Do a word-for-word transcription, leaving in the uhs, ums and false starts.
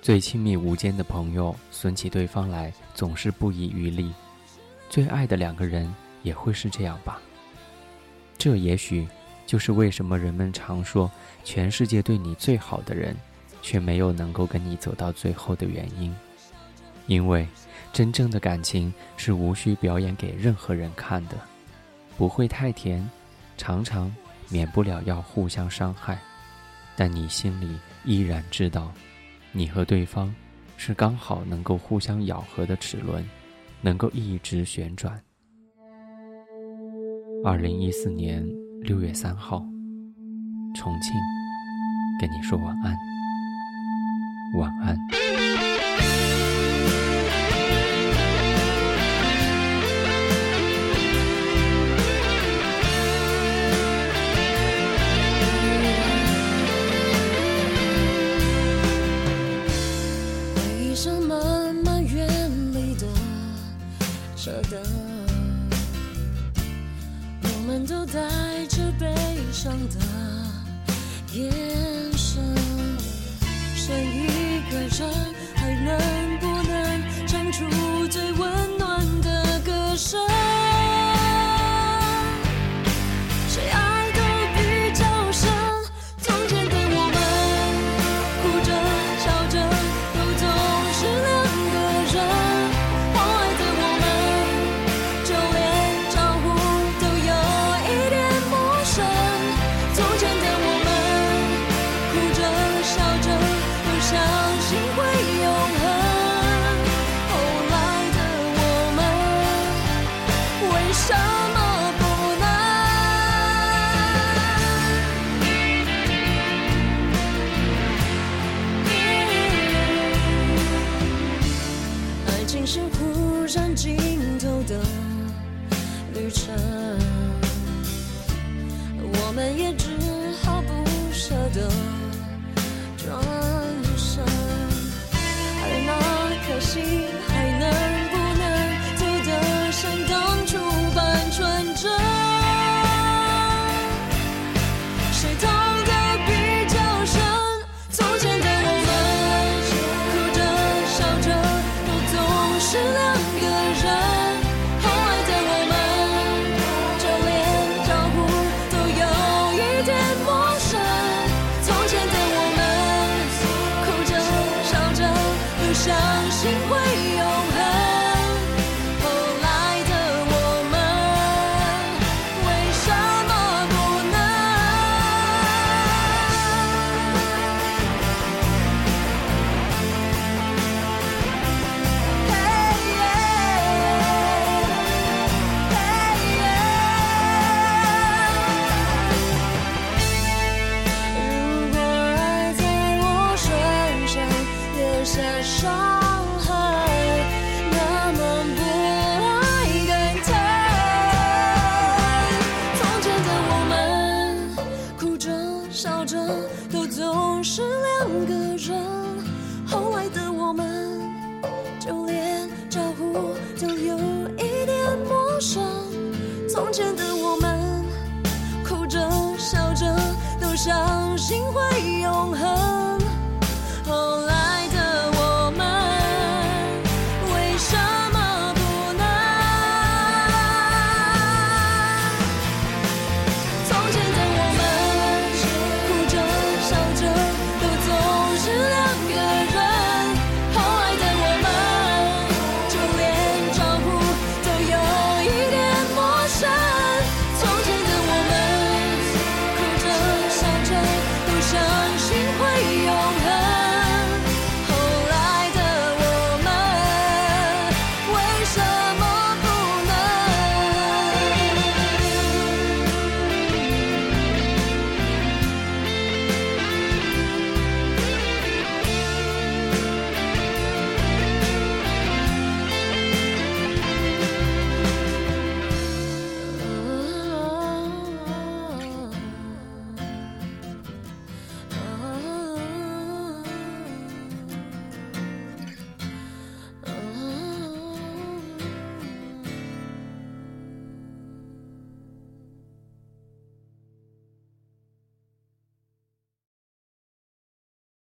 最亲密无间的朋友损起对方来总是不遗余力，最爱的两个人也会是这样吧。这也许就是为什么人们常说全世界对你最好的人却没有能够跟你走到最后的原因。因为真正的感情是无需表演给任何人看的，不会太甜，常常免不了要互相伤害，但你心里依然知道，你和对方是刚好能够互相咬合的齿轮，能够一直旋转。二零一四年六月三号，重庆，跟你说晚安，晚安。 为什么埋怨里的舍得，我们都带着悲伤的眼神，剩一个人还能不能唱出最温暖的歌声？谁爱都比较深，从前的我们哭着笑着都总是两个人，后来的我们就连招呼都有一点陌生。从前的我们哭着笑着都相信会永恒，后来的我们为什么不能？爱情是忽然尽头的旅程，我们也只好不舍得转身，而那颗心还能不能走得像当初般纯真？谁痛得比较深？从前的我们哭着笑着都总是两个人，后来的我们就连招呼都有一点陌生。从前的我们哭着笑着都相信会永恒，后来的我们为什么不能？如果爱在我身上留下伤痕，那么不爱更疼。从前的我们哭着笑着都总是两个人，后来的我们就连招呼都有一点陌生。从前的我们哭着笑着都相信会永恒，